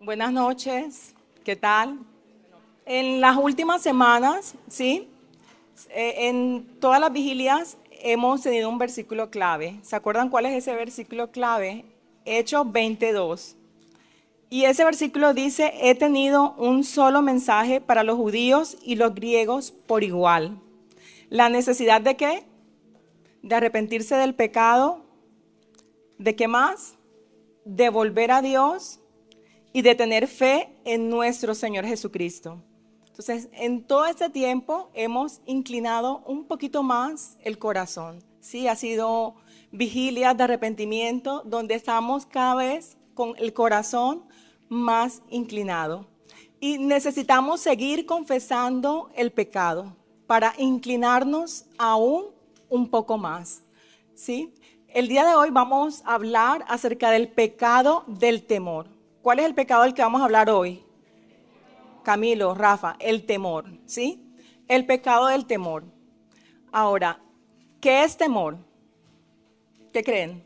Buenas noches, ¿qué tal? En las últimas semanas, ¿sí? En todas las vigilias hemos tenido un versículo clave. ¿Se acuerdan cuál es ese versículo clave? Hechos 22. Y ese versículo dice, he tenido un solo mensaje para los judíos y los griegos por igual. ¿La necesidad de qué? De arrepentirse del pecado. ¿De qué más? De volver a Dios y de tener fe en nuestro Señor Jesucristo. Entonces, en todo este tiempo hemos inclinado un poquito más el corazón. Sí, ha sido vigilias de arrepentimiento donde estamos cada vez con el corazón más inclinado. Y necesitamos seguir confesando el pecado para inclinarnos aún un poco más. ¿Sí? El día de hoy vamos a hablar acerca del pecado del temor. ¿Cuál es el pecado del que vamos a hablar hoy? Camilo, Rafa, el temor, ¿sí? El pecado del temor. Ahora, ¿qué es temor? ¿Qué creen?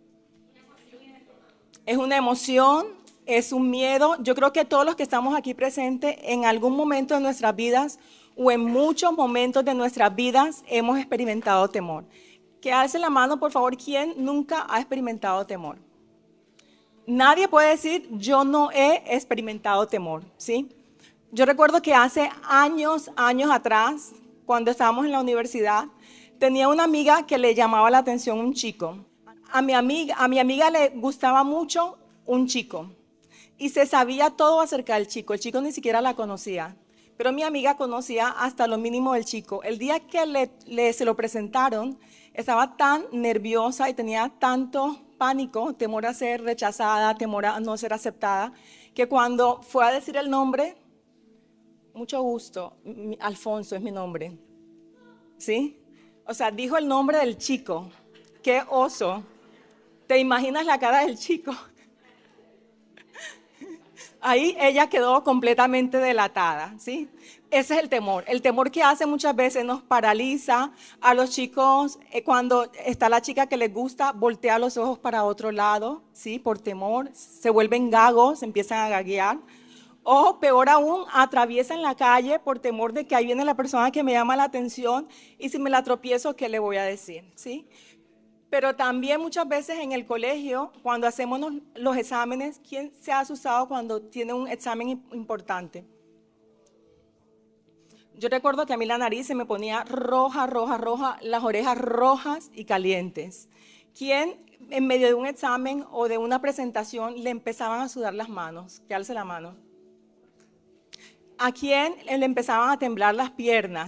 Es una emoción, es un miedo. Yo creo que todos los que estamos aquí presentes en algún momento de nuestras vidas o en muchos momentos de nuestras vidas hemos experimentado temor. Que alce la mano, por favor, ¿quién nunca ha experimentado temor? Nadie puede decir, yo no he experimentado temor, ¿sí? Yo recuerdo que hace años atrás, cuando estábamos en la universidad, tenía una amiga que le llamaba la atención un chico. A mi amiga le gustaba mucho un chico y se sabía todo acerca del chico. El chico ni siquiera la conocía, pero mi amiga conocía hasta lo mínimo del chico. El día que se lo presentaron, estaba tan nerviosa y tenía tanto pánico, temor a ser rechazada, temor a no ser aceptada, que cuando fue a decir el nombre, mucho gusto, Alfonso es mi nombre, ¿sí? O sea, dijo el nombre del chico. ¡Qué oso! ¿Te imaginas la cara del chico? Ahí ella quedó completamente delatada, ¿sí? Ese es el temor que hace muchas veces nos paraliza a los chicos cuando está la chica que les gusta, voltea los ojos para otro lado, ¿sí? Por temor, se vuelven gagos, empiezan a gaguear. O peor aún, atraviesan la calle por temor de que ahí viene la persona que me llama la atención y si me la tropiezo, ¿qué le voy a decir? ¿Sí? Pero también muchas veces en el colegio, cuando hacemos los exámenes, ¿quién se ha asustado cuando tiene un examen importante? Yo recuerdo que a mí la nariz se me ponía roja, roja, roja, las orejas rojas y calientes. ¿Quién en medio de un examen o de una presentación le empezaban a sudar las manos? Que alce la mano. ¿A quién le empezaban a temblar las piernas?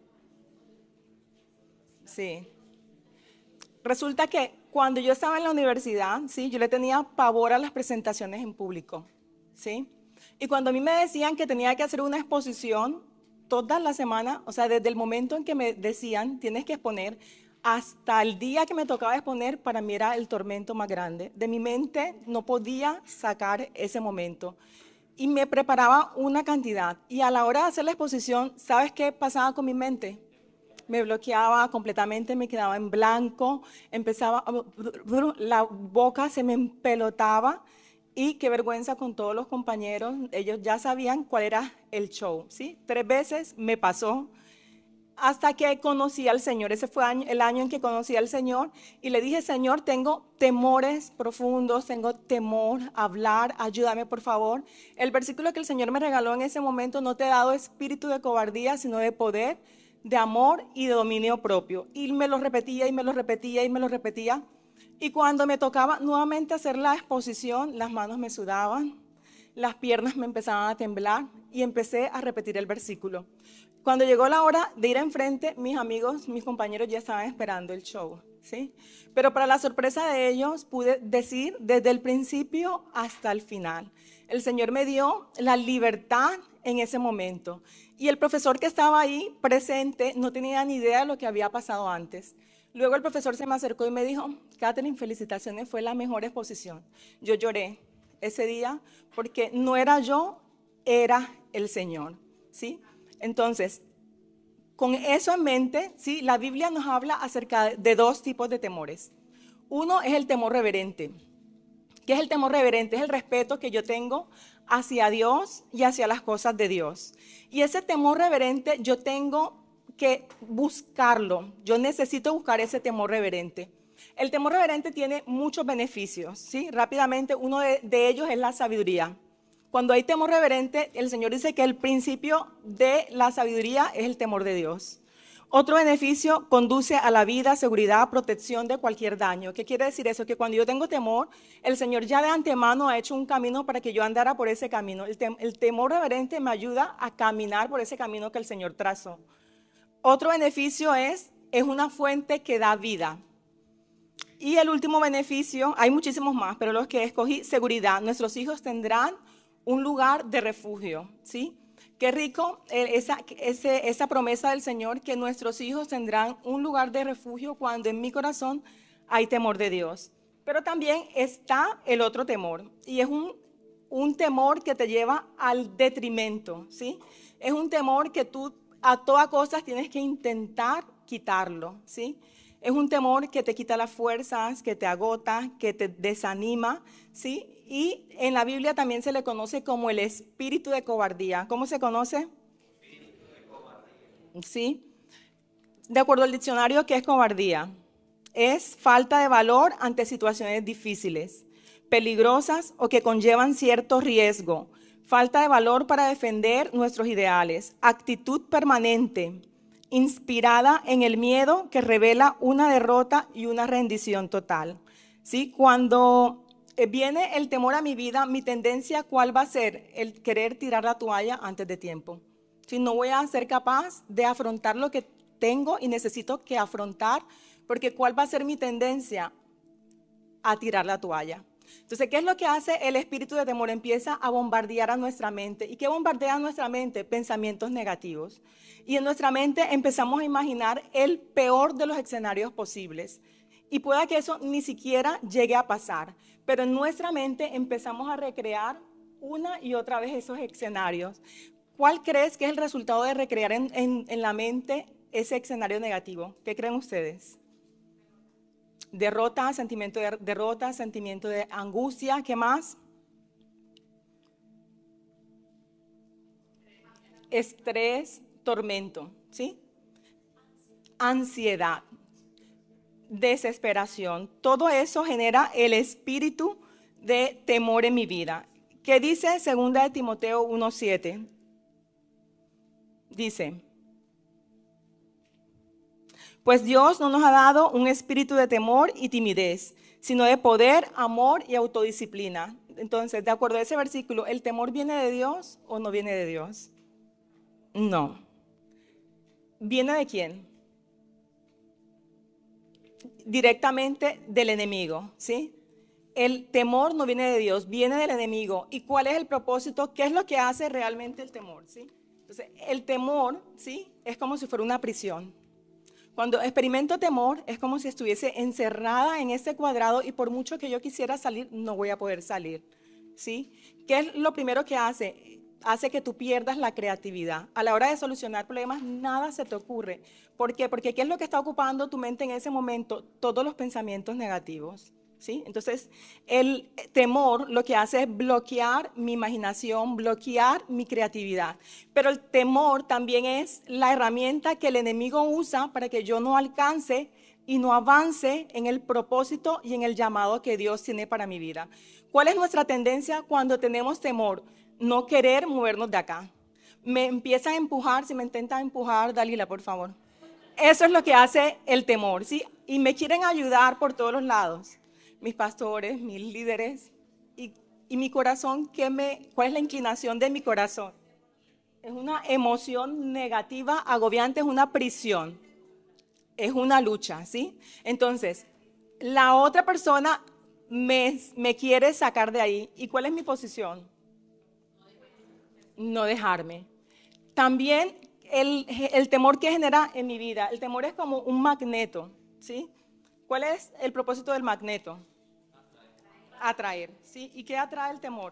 Sí. Resulta que cuando yo estaba en la universidad, ¿sí? Yo le tenía pavor a las presentaciones en público, ¿sí? Y cuando a mí me decían que tenía que hacer una exposición toda la semana, o sea, desde el momento en que me decían, tienes que exponer, hasta el día que me tocaba exponer, para mí era el tormento más grande. De mi mente no podía sacar ese momento. Y me preparaba una cantidad. Y a la hora de hacer la exposición, ¿sabes qué pasaba con mi mente? Me bloqueaba completamente, me quedaba en blanco, empezaba, la boca se me empelotaba y qué vergüenza con todos los compañeros, ellos ya sabían cuál era el show, ¿sí? 3 veces me pasó hasta que conocí al Señor. Ese fue el año en que conocí al Señor y le dije, Señor, tengo temores profundos, tengo temor a hablar, ayúdame por favor. El versículo que el Señor me regaló en ese momento, no te he dado espíritu de cobardía, sino de poder, de amor y de dominio propio. Y me lo repetía y me lo repetía y me lo repetía. Y cuando me tocaba nuevamente hacer la exposición, las manos me sudaban, las piernas me empezaban a temblar y empecé a repetir el versículo. Cuando llegó la hora de ir enfrente, mis amigos, mis compañeros ya estaban esperando el show, ¿sí? Pero para la sorpresa de ellos, pude decir desde el principio hasta el final. El Señor me dio la libertad en ese momento. Y el profesor que estaba ahí presente no tenía ni idea de lo que había pasado antes. Luego el profesor se me acercó y me dijo, Catherine, felicitaciones, fue la mejor exposición. Yo lloré ese día porque no era yo, era el Señor, ¿sí? Entonces, con eso en mente, ¿sí? La Biblia nos habla acerca de 2 tipos de temores. Uno es el temor reverente, ¿Qué es el temor reverente? Es el respeto que yo tengo hacia Dios y hacia las cosas de Dios. Y ese temor reverente yo tengo que buscarlo. Yo necesito buscar ese temor reverente. El temor reverente tiene muchos beneficios, ¿sí? Rápidamente, uno de ellos es la sabiduría. Cuando hay temor reverente, el Señor dice que el principio de la sabiduría es el temor de Dios. Otro beneficio, conduce a la vida, seguridad, protección de cualquier daño. ¿Qué quiere decir eso? Que cuando yo tengo temor, el Señor ya de antemano ha hecho un camino para que yo andara por ese camino. El temor reverente me ayuda a caminar por ese camino que el Señor trazó. Otro beneficio es una fuente que da vida. Y el último beneficio, hay muchísimos más, pero los que escogí, seguridad. Nuestros hijos tendrán un lugar de refugio, ¿sí? Qué rico esa promesa del Señor, que nuestros hijos tendrán un lugar de refugio cuando en mi corazón hay temor de Dios. Pero también está el otro temor, y es un temor que te lleva al detrimento, ¿sí? Es un temor que tú a toda costa tienes que intentar quitarlo, ¿sí? Es un temor que te quita las fuerzas, que te agota, que te desanima, ¿sí? Y en la Biblia también se le conoce como el espíritu de cobardía. ¿Cómo se conoce? Espíritu de cobardía. ¿Sí? De acuerdo al diccionario, ¿qué es cobardía? Es falta de valor ante situaciones difíciles, peligrosas o que conllevan cierto riesgo. Falta de valor para defender nuestros ideales. Actitud permanente, inspirada en el miedo, que revela una derrota y una rendición total. ¿Sí? Cuando viene el temor a mi vida, mi tendencia, ¿cuál va a ser? El querer tirar la toalla antes de tiempo. Si no voy a ser capaz de afrontar lo que tengo y necesito que afrontar, porque ¿cuál va a ser mi tendencia? A tirar la toalla. Entonces, ¿qué es lo que hace el espíritu de temor? Empieza a bombardear a nuestra mente. ¿Y qué bombardea a nuestra mente? Pensamientos negativos. Y en nuestra mente empezamos a imaginar el peor de los escenarios posibles. Y pueda que eso ni siquiera llegue a pasar. Pero en nuestra mente empezamos a recrear una y otra vez esos escenarios. ¿Cuál crees que es el resultado de recrear en la mente ese escenario negativo? ¿Qué creen ustedes? Derrota, sentimiento de derrota, sentimiento de angustia. ¿Qué más? Estrés, tormento, ¿sí? Ansiedad, desesperación. Todo eso genera el espíritu de temor en mi vida. ¿Qué dice 2 de Timoteo 1:7? Dice: pues Dios no nos ha dado un espíritu de temor y timidez, sino de poder, amor y autodisciplina. Entonces, de acuerdo a ese versículo, ¿el temor viene de Dios o no viene de Dios? No. ¿Viene de quién? Directamente del enemigo, ¿sí? El temor no viene de Dios, viene del enemigo. ¿Y cuál es el propósito? ¿Qué es lo que hace realmente el temor? ¿Sí? Entonces, el temor, ¿sí? Es como si fuera una prisión. Cuando experimento temor, es como si estuviese encerrada en ese cuadrado y por mucho que yo quisiera salir, no voy a poder salir, ¿sí? ¿Qué es lo primero que hace? Hace que tú pierdas la creatividad. A la hora de solucionar problemas, nada se te ocurre. ¿Por qué? Porque ¿qué es lo que está ocupando tu mente en ese momento? Todos los pensamientos negativos. ¿Sí? Entonces, el temor lo que hace es bloquear mi imaginación, bloquear mi creatividad. Pero el temor también es la herramienta que el enemigo usa para que yo no alcance y no avance en el propósito y en el llamado que Dios tiene para mi vida. ¿Cuál es nuestra tendencia cuando tenemos temor? No querer movernos de acá. Me empiezan a empujar, si me intentan empujar, Dalila, por favor. Eso es lo que hace el temor, ¿sí? Y me quieren ayudar por todos los lados. Mis pastores, mis líderes, y mi corazón, ¿cuál es la inclinación de mi corazón? Es una emoción negativa, agobiante, es una prisión, es una lucha, ¿sí? Entonces, la otra persona me quiere sacar de ahí. ¿Y cuál es mi posición? No dejarme. También el temor que genera en mi vida, el temor es como un magneto, ¿sí? ¿Cuál es el propósito del magneto? Atraer, ¿sí? ¿Y qué atrae el temor?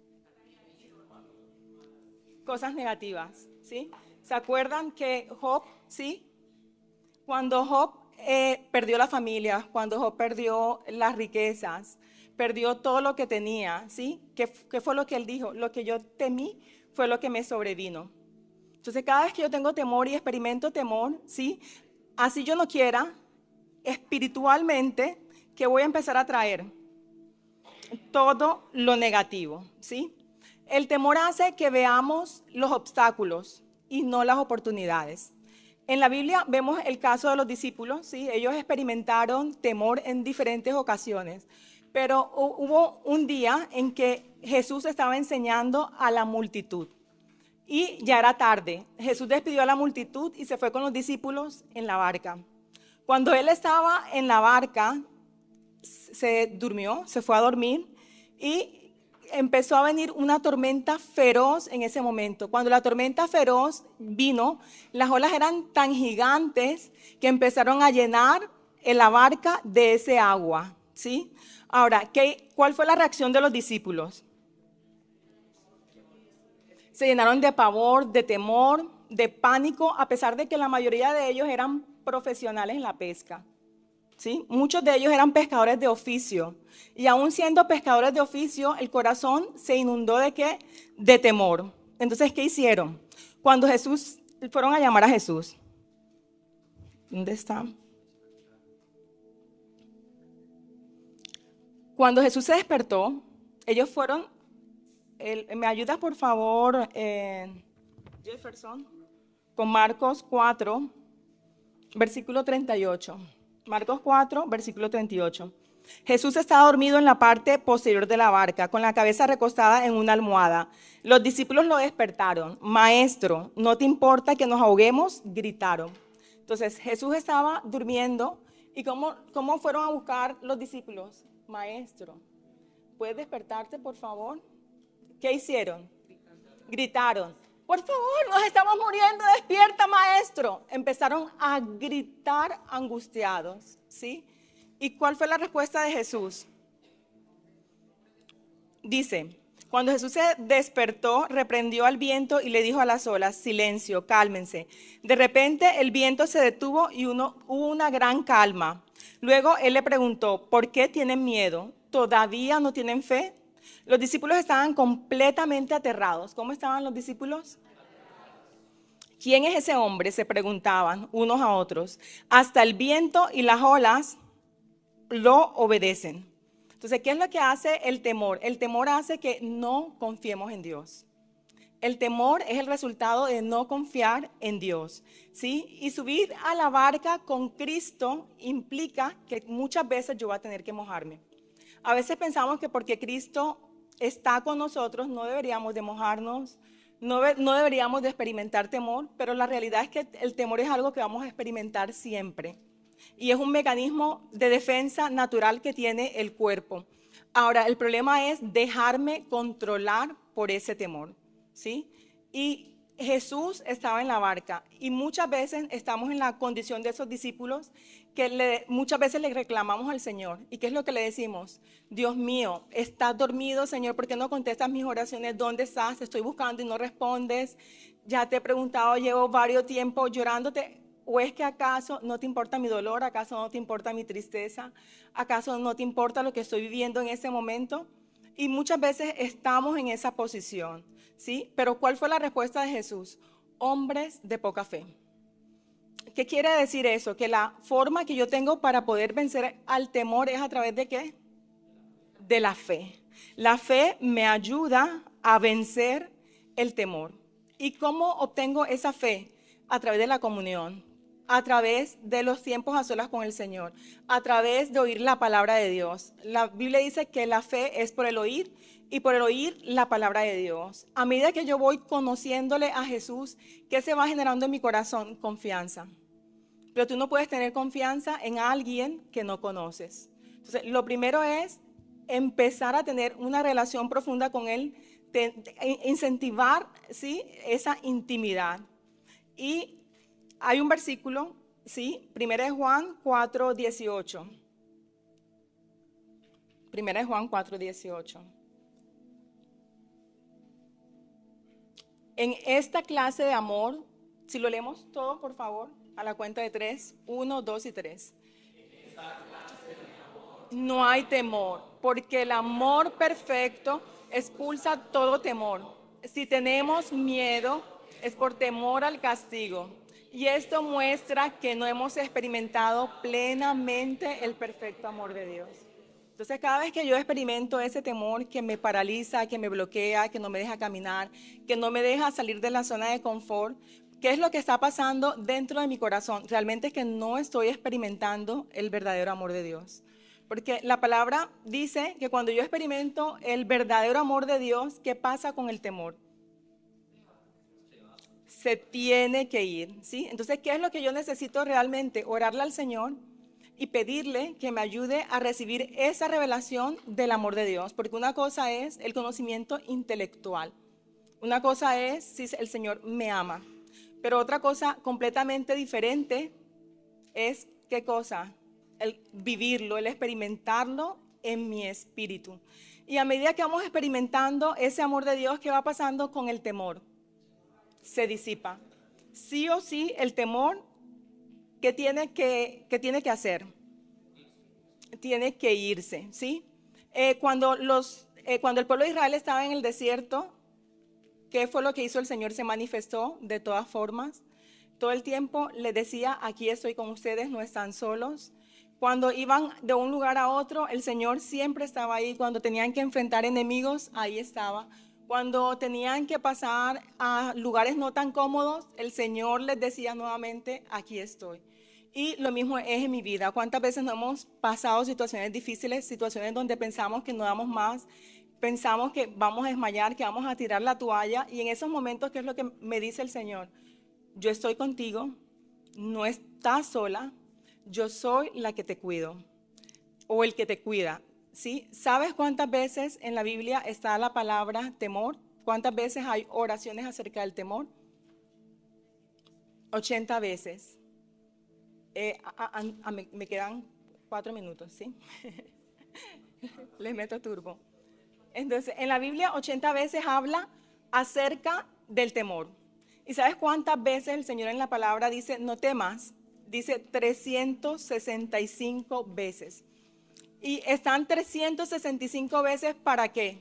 Cosas negativas, ¿sí? ¿Se acuerdan que Job, sí? Cuando Job perdió la familia, cuando Job perdió las riquezas, perdió todo lo que tenía, ¿sí? ¿Qué fue lo que él dijo? Lo que yo temí fue lo que me sobrevino. Entonces, cada vez que yo tengo temor y experimento temor, ¿sí? Así yo no quiera, espiritualmente, que voy a empezar a traer todo lo negativo, ¿sí? El temor hace que veamos los obstáculos y no las oportunidades. En la Biblia vemos el caso de los discípulos, ¿sí? Ellos experimentaron temor en diferentes ocasiones, pero hubo un día en que Jesús estaba enseñando a la multitud y ya era tarde. Jesús despidió a la multitud y se fue con los discípulos en la barca. Cuando él estaba en la barca, se durmió, se fue a dormir y empezó a venir una tormenta feroz en ese momento. Cuando la tormenta feroz vino, las olas eran tan gigantes que empezaron a llenar la barca de ese agua, ¿sí? Ahora, ¿cuál fue la reacción de los discípulos? Se llenaron de pavor, de temor, de pánico, a pesar de que la mayoría de ellos eran profesionales en la pesca. ¿Sí? Muchos de ellos eran pescadores de oficio. Y aún siendo pescadores de oficio, el corazón se inundó ¿de qué? De temor. Entonces, ¿qué hicieron? Cuando fueron a llamar a Jesús. ¿Dónde está? Cuando Jesús se despertó, ellos fueron. ¿Me ayudas, por favor, Jefferson? Con Marcos 4, versículo 38. Marcos 4, versículo 38. Jesús estaba dormido en la parte posterior de la barca, con la cabeza recostada en una almohada. Los discípulos lo despertaron. Maestro, ¿no te importa que nos ahoguemos? Gritaron. Entonces Jesús estaba durmiendo. ¿Y cómo fueron a buscar los discípulos? Maestro, ¿puedes despertarte, por favor? ¿Qué hicieron? Gritaron. Por favor, nos estamos muriendo, despierta, maestro. Empezaron a gritar angustiados, ¿sí? ¿Y cuál fue la respuesta de Jesús? Dice, cuando Jesús se despertó, reprendió al viento y le dijo a las olas, silencio, cálmense. De repente el viento se detuvo y hubo una gran calma. Luego él le preguntó, ¿por qué tienen miedo? ¿Todavía no tienen fe? Los discípulos estaban completamente aterrados. ¿Cómo estaban los discípulos? ¿Quién es ese hombre? Se preguntaban unos a otros. Hasta el viento y las olas lo obedecen. Entonces, ¿qué es lo que hace el temor? El temor hace que no confiemos en Dios. El temor es el resultado de no confiar en Dios, ¿sí? Y subir a la barca con Cristo implica que muchas veces yo voy a tener que mojarme. A veces pensamos que porque Cristo está con nosotros no deberíamos de mojarnos, no deberíamos de experimentar temor, pero la realidad es que el temor es algo que vamos a experimentar siempre. Y es un mecanismo de defensa natural que tiene el cuerpo. Ahora, el problema es dejarme controlar por ese temor, ¿sí? Y Jesús estaba en la barca y muchas veces estamos en la condición de esos discípulos que muchas veces le reclamamos al Señor. ¿Y qué es lo que le decimos? Dios mío, ¿estás dormido, Señor? ¿Por qué no contestas mis oraciones? ¿Dónde estás? Te estoy buscando y no respondes. Ya te he preguntado, llevo varios tiempos llorándote. ¿O es que acaso no te importa mi dolor? ¿Acaso no te importa mi tristeza? ¿Acaso no te importa lo que estoy viviendo en ese momento? Y muchas veces estamos en esa posición, ¿sí? Pero ¿cuál fue la respuesta de Jesús? Hombres de poca fe. ¿Qué quiere decir eso? Que la forma que yo tengo para poder vencer al temor es a través de ¿qué? De la fe. La fe me ayuda a vencer el temor. ¿Y cómo obtengo esa fe? A través de la comunión, a través de los tiempos a solas con el Señor, a través de oír la palabra de Dios. La Biblia dice que la fe es por el oír y por el oír la palabra de Dios. A medida que yo voy conociéndole a Jesús, ¿qué se va generando en mi corazón? Confianza. Pero tú no puedes tener confianza en alguien que no conoces. Entonces, lo primero es empezar a tener una relación profunda con Él, incentivar, ¿sí?, esa intimidad. Y hay un versículo, ¿sí? Primera de Juan 4:18. Primera de Juan 4:18. En esta clase de amor, si lo leemos todo, por favor. A la cuenta de 3, 1, 2 y 3. No hay temor, porque el amor perfecto expulsa todo temor. Si tenemos miedo, es por temor al castigo. Y esto muestra que no hemos experimentado plenamente el perfecto amor de Dios. Entonces, cada vez que yo experimento ese temor que me paraliza, que me bloquea, que no me deja caminar, que no me deja salir de la zona de confort, ¿qué es lo que está pasando dentro de mi corazón? Realmente es que no estoy experimentando el verdadero amor de Dios. Porque la palabra dice que cuando yo experimento el verdadero amor de Dios, ¿qué pasa con el temor? Se tiene que ir, ¿sí? Entonces, ¿qué es lo que yo necesito realmente? Orarle al Señor y pedirle que me ayude a recibir esa revelación del amor de Dios. Porque una cosa es el conocimiento intelectual. Una cosa es si el Señor me ama. Pero otra cosa completamente diferente es, ¿qué cosa? El vivirlo, el experimentarlo en mi espíritu. Y a medida que vamos experimentando ese amor de Dios, ¿qué va pasando con el temor? Se disipa. Sí o sí, el temor, ¿qué tiene que hacer? Tiene que irse, ¿sí? Cuando el pueblo de Israel estaba en el desierto, ¿qué fue lo que hizo el Señor? Se manifestó de todas formas. Todo el tiempo les decía, aquí estoy con ustedes, no están solos. Cuando iban de un lugar a otro, el Señor siempre estaba ahí. Cuando tenían que enfrentar enemigos, ahí estaba. Cuando tenían que pasar a lugares no tan cómodos, el Señor les decía nuevamente, aquí estoy. Y lo mismo es en mi vida. ¿Cuántas veces no hemos pasado situaciones difíciles, situaciones donde pensamos que no damos más, pensamos que vamos a desmayar, que vamos a tirar la toalla? Y en esos momentos, ¿qué es lo que me dice el Señor? Yo estoy contigo, no estás sola, yo soy la que te cuido o el que te cuida, ¿sí? ¿Sabes cuántas veces en la Biblia está la palabra temor? ¿Cuántas veces hay oraciones acerca del temor? 80 veces. Me quedan 4 minutos, ¿sí? Les meto turbo. Entonces, en la Biblia 80 veces habla acerca del temor. ¿Y sabes cuántas veces el Señor en la palabra dice, no temas? Dice 365 veces. Y están 365 veces ¿para qué?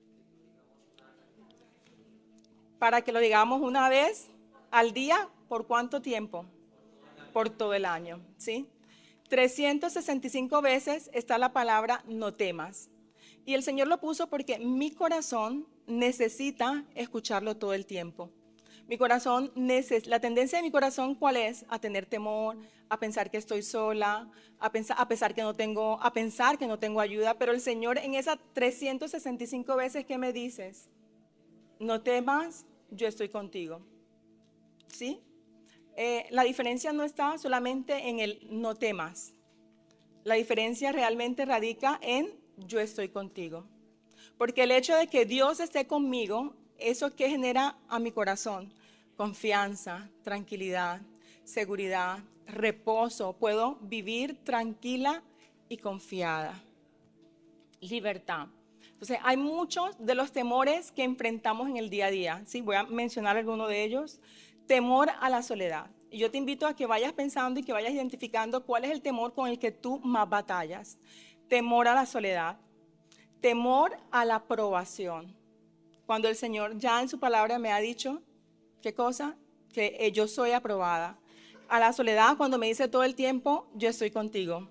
Para que lo digamos una vez al día, ¿por cuánto tiempo? Por todo el año, ¿sí? 365 veces está la palabra no temas. Y el Señor lo puso porque mi corazón necesita escucharlo todo el tiempo. Mi corazón, la tendencia de mi corazón, ¿cuál es? A tener temor, a pensar que estoy sola, a pensar que no tengo, a pensar que no tengo ayuda. Pero el Señor en esas 365 veces que me dices, no temas, yo estoy contigo. ¿Sí? La diferencia no está solamente en el no temas. La diferencia realmente radica en yo estoy contigo. Porque el hecho de que Dios esté conmigo, eso que genera a mi corazón, confianza, tranquilidad, seguridad, reposo. Puedo vivir tranquila y confiada. Libertad. Entonces, hay muchos de los temores que enfrentamos en el día a día. Sí, voy a mencionar alguno de ellos. Temor a la soledad. Y yo te invito a que vayas pensando y que vayas identificando cuál es el temor con el que tú más batallas. Temor a la soledad. Temor a la aprobación. Cuando el Señor ya en su palabra me ha dicho, ¿qué cosa? Que yo soy aprobada. A la soledad, cuando me dice todo el tiempo, yo estoy contigo.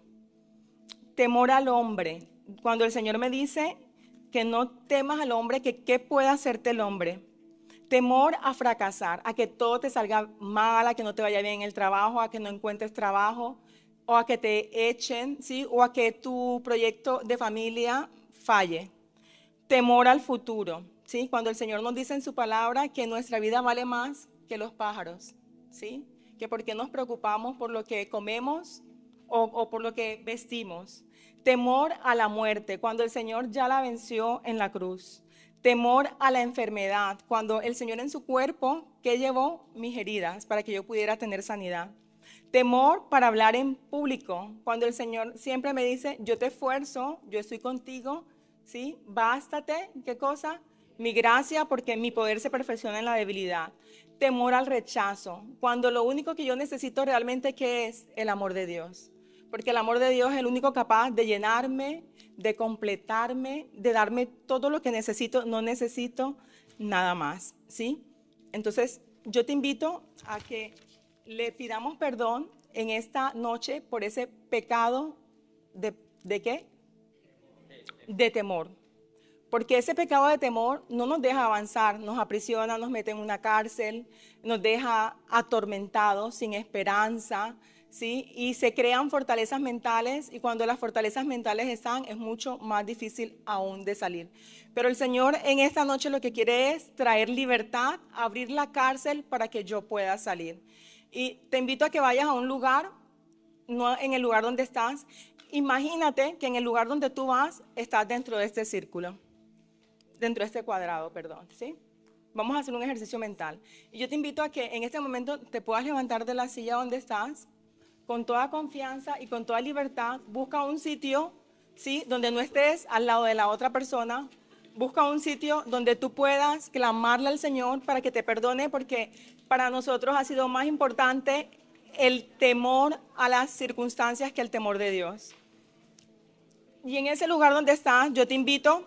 Temor al hombre. Cuando el Señor me dice que no temas al hombre, que qué puede hacerte el hombre. Temor a fracasar, a que todo te salga mal, a que no te vaya bien en el trabajo, a que no encuentres trabajo, o a que te echen, ¿sí? O a que tu proyecto de familia falle. Temor al futuro, ¿sí? Cuando el Señor nos dice en su palabra que nuestra vida vale más que los pájaros, ¿sí? Que por qué nos preocupamos por lo que comemos o por lo que vestimos. Temor a la muerte, cuando el Señor ya la venció en la cruz. Temor a la enfermedad, cuando el Señor en su cuerpo, que llevó mis heridas para que yo pudiera tener sanidad. Temor para hablar en público, cuando el Señor siempre me dice, yo te esfuerzo, yo estoy contigo, ¿sí? Bástate, ¿qué cosa? Mi gracia porque mi poder se perfecciona en la debilidad. Temor al rechazo, cuando lo único que yo necesito realmente ¿qué es? El amor de Dios. Porque el amor de Dios es el único capaz de llenarme, de completarme, de darme todo lo que necesito. No necesito nada más, ¿sí? Entonces, yo te invito a que le pidamos perdón en esta noche por ese pecado ¿de qué? De temor. Porque ese pecado de temor no nos deja avanzar, nos aprisiona, nos mete en una cárcel, nos deja atormentados, sin esperanza, ¿sí? Y se crean fortalezas mentales y cuando las fortalezas mentales están es mucho más difícil aún de salir. Pero el Señor en esta noche lo que quiere es traer libertad, abrir la cárcel para que yo pueda salir. Y te invito a que vayas a un lugar, no en el lugar donde estás. Imagínate que en el lugar donde tú vas estás dentro de este círculo. Dentro de este cuadrado, perdón, ¿sí? Vamos a hacer un ejercicio mental. Y yo te invito a que en este momento te puedas levantar de la silla donde estás, con toda confianza y con toda libertad. Busca un sitio, ¿sí? Donde no estés al lado de la otra persona. Busca un sitio donde tú puedas clamarle al Señor para que te perdone, porque para nosotros ha sido más importante el temor a las circunstancias que el temor de Dios. Y en ese lugar donde estás, yo te invito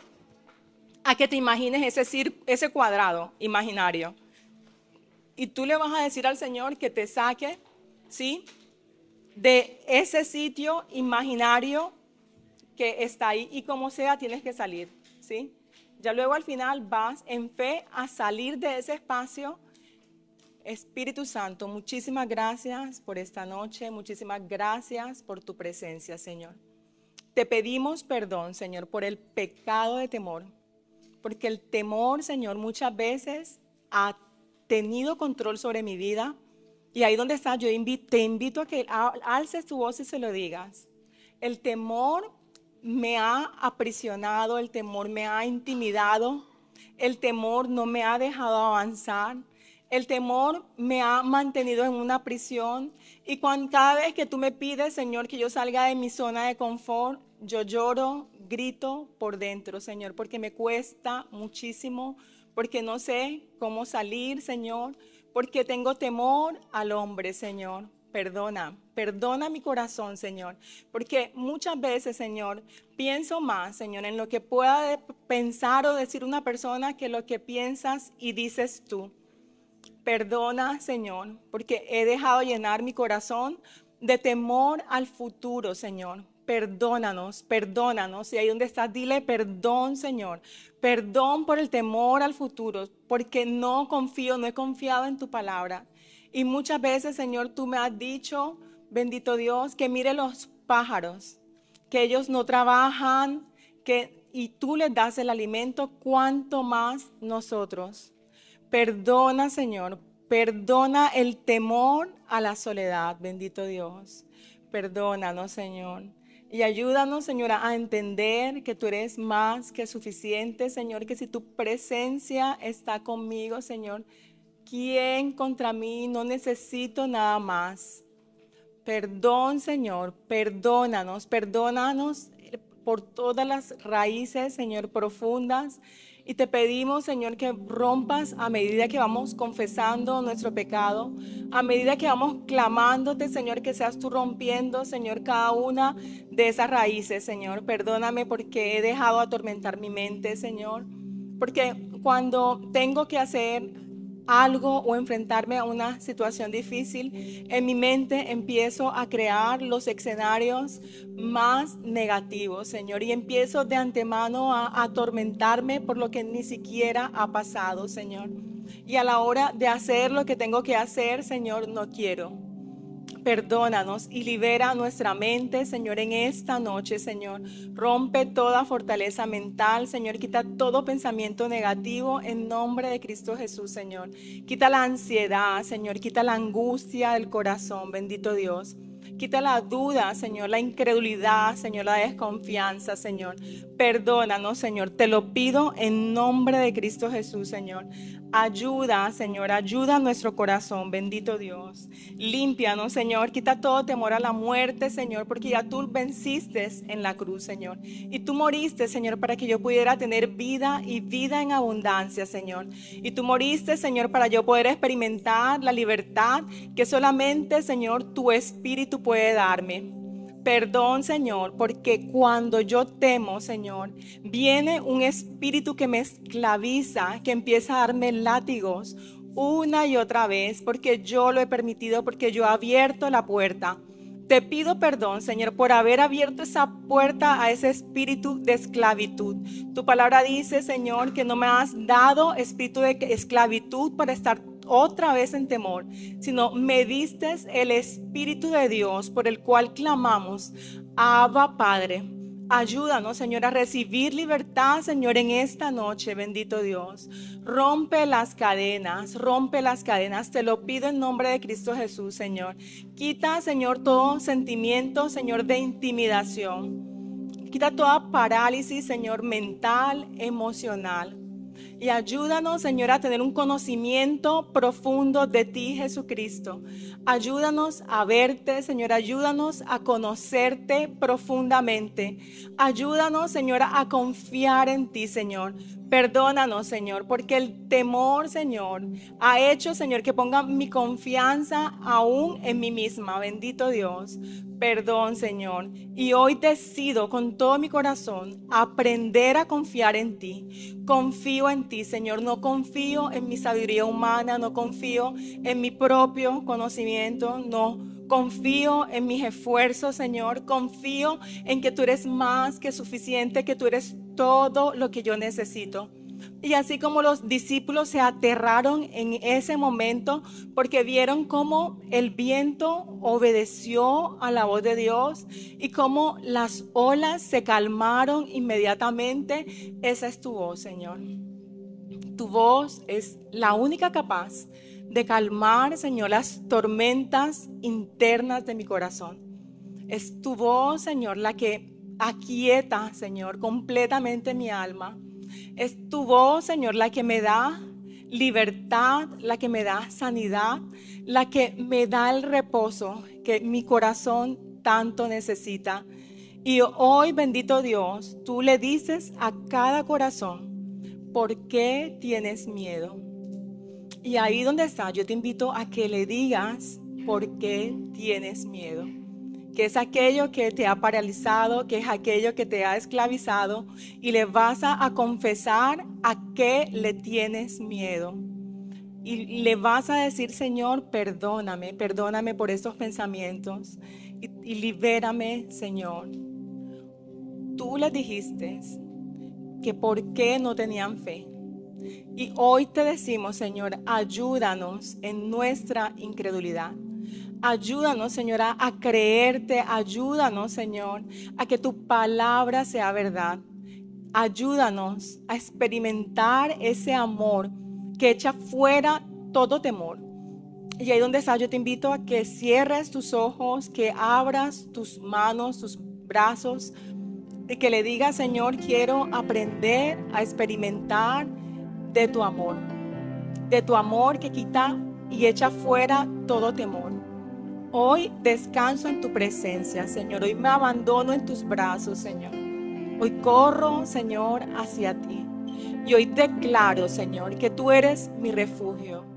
a que te imagines ese cuadrado imaginario. Y tú le vas a decir al Señor que te saque, ¿sí? De ese sitio imaginario que está ahí y como sea tienes que salir, ¿sí? Ya luego al final vas en fe a salir de ese espacio. Espíritu Santo, muchísimas gracias por esta noche, muchísimas gracias por tu presencia, Señor. Te pedimos perdón, Señor, por el pecado de temor. Porque el temor, Señor, muchas veces ha tenido control sobre mi vida. Y ahí donde estás, te invito a que alces tu voz y se lo digas. El temor me ha aprisionado, el temor me ha intimidado, el temor no me ha dejado avanzar. El temor me ha mantenido en una prisión y cada vez que tú me pides, Señor, que yo salga de mi zona de confort, yo lloro, grito por dentro, Señor, porque me cuesta muchísimo, porque no sé cómo salir, Señor, porque tengo temor al hombre, Señor. Perdona mi corazón, Señor, porque muchas veces, Señor, pienso más, Señor, en lo que pueda pensar o decir una persona que lo que piensas y dices tú. Perdona, Señor, porque he dejado llenar mi corazón de temor al futuro, Señor. Perdónanos. Y ahí donde estás, dile perdón, Señor. Perdón por el temor al futuro, porque no he confiado en tu palabra. Y muchas veces, Señor, tú me has dicho, bendito Dios, que mire los pájaros, que ellos no trabajan, y tú les das el alimento, cuanto más nosotros. Perdona, Señor, perdona el temor a la soledad, bendito Dios. Perdónanos, Señor. Y ayúdanos, Señor, a entender que tú eres más que suficiente, Señor, que si tu presencia está conmigo, Señor, ¿quién contra mí? No necesito nada más. Perdón, Señor, perdónanos por todas las raíces, Señor, profundas. Y te pedimos, Señor, que rompas a medida que vamos confesando nuestro pecado, a medida que vamos clamándote, Señor, que seas tú rompiendo, Señor, cada una de esas raíces, Señor. Perdóname porque he dejado atormentar mi mente, Señor. Porque cuando tengo que hacer algo o enfrentarme a una situación difícil, en mi mente empiezo a crear los escenarios más negativos, Señor, y empiezo de antemano a atormentarme por lo que ni siquiera ha pasado, Señor. Y a la hora de hacer lo que tengo que hacer, Señor, no quiero. Perdónanos y libera nuestra mente, Señor, en esta noche, Señor. Rompe toda fortaleza mental, Señor. Quita todo pensamiento negativo en nombre de Cristo Jesús, Señor. Quita la ansiedad, Señor. Quita la angustia del corazón, bendito Dios. Quita la duda, Señor, la incredulidad, Señor, la desconfianza, Señor. Perdónanos, Señor. Te lo pido en nombre de Cristo Jesús, Señor. Ayuda, Señor, ayuda a nuestro corazón, bendito Dios. Límpianos, Señor, quita todo temor a la muerte, Señor, porque ya tú venciste en la cruz, Señor. Y tú moriste, Señor, para que yo pudiera tener vida y vida en abundancia, Señor. Y tú moriste, Señor, para yo poder experimentar la libertad que solamente, Señor, tu Espíritu puede darme. Perdón, Señor, porque cuando yo temo, Señor, viene un espíritu que me esclaviza, que empieza a darme látigos una y otra vez, porque yo lo he permitido, porque yo he abierto la puerta. Te pido perdón, Señor, por haber abierto esa puerta a ese espíritu de esclavitud. Tu palabra dice, Señor, que no me has dado espíritu de esclavitud para estar otra vez en temor, sino me diste el Espíritu de Dios por el cual clamamos, Abba Padre. Ayúdanos, Señor, a recibir libertad, Señor, en esta noche, bendito Dios. Rompe las cadenas, te lo pido en nombre de Cristo Jesús, Señor. Quita, Señor, todo sentimiento, Señor, de intimidación. Quita toda parálisis, Señor, mental, emocional. Y ayúdanos, Señor, a tener un conocimiento profundo de ti, Jesucristo. Ayúdanos a verte, Señor. Ayúdanos a conocerte profundamente. Ayúdanos, Señor, a confiar en ti, Señor. Perdónanos, Señor, porque el temor, Señor, ha hecho, Señor, que ponga mi confianza aún en mí misma. Bendito Dios. Perdón, Señor. Y hoy decido con todo mi corazón aprender a confiar en ti. Confío en ti, Señor. No confío en mi sabiduría humana, no confío en mi propio conocimiento, no confío en mis esfuerzos, Señor. Confío en que tú eres más que suficiente, que tú eres todo lo que yo necesito. Y así como los discípulos se aterraron en ese momento porque vieron cómo el viento obedeció a la voz de Dios y cómo las olas se calmaron inmediatamente, esa es tu voz, Señor. Tu voz es la única capaz de calmar, Señor, las tormentas internas de mi corazón. Es tu voz, Señor, la que aquieta, Señor, completamente mi alma. Es tu voz, Señor, la que me da libertad, la que me da sanidad, la que me da el reposo que mi corazón tanto necesita. Y hoy, bendito Dios, tú le dices a cada corazón, ¿por qué tienes miedo? Y ahí donde estás, yo te invito a que le digas, ¿por qué tienes miedo? Que es aquello que te ha paralizado, que es aquello que te ha esclavizado, y le vas a confesar a qué le tienes miedo. Y le vas a decir, Señor, perdóname, perdóname por estos pensamientos y libérame, Señor. Tú les dijiste que por qué no tenían fe. Y hoy te decimos, Señor, ayúdanos en nuestra incredulidad. Ayúdanos, Señor, a creerte. Ayúdanos, Señor, a que tu palabra sea verdad. Ayúdanos a experimentar ese amor que echa fuera todo temor. Y ahí donde estás, yo te invito a que cierres tus ojos, que abras tus manos, tus brazos, y que le digas, Señor, quiero aprender a experimentar de tu amor que quita y echa fuera todo temor. Hoy descanso en tu presencia, Señor. Hoy me abandono en tus brazos, Señor. Hoy corro, Señor, hacia ti. Y hoy declaro, Señor, que tú eres mi refugio,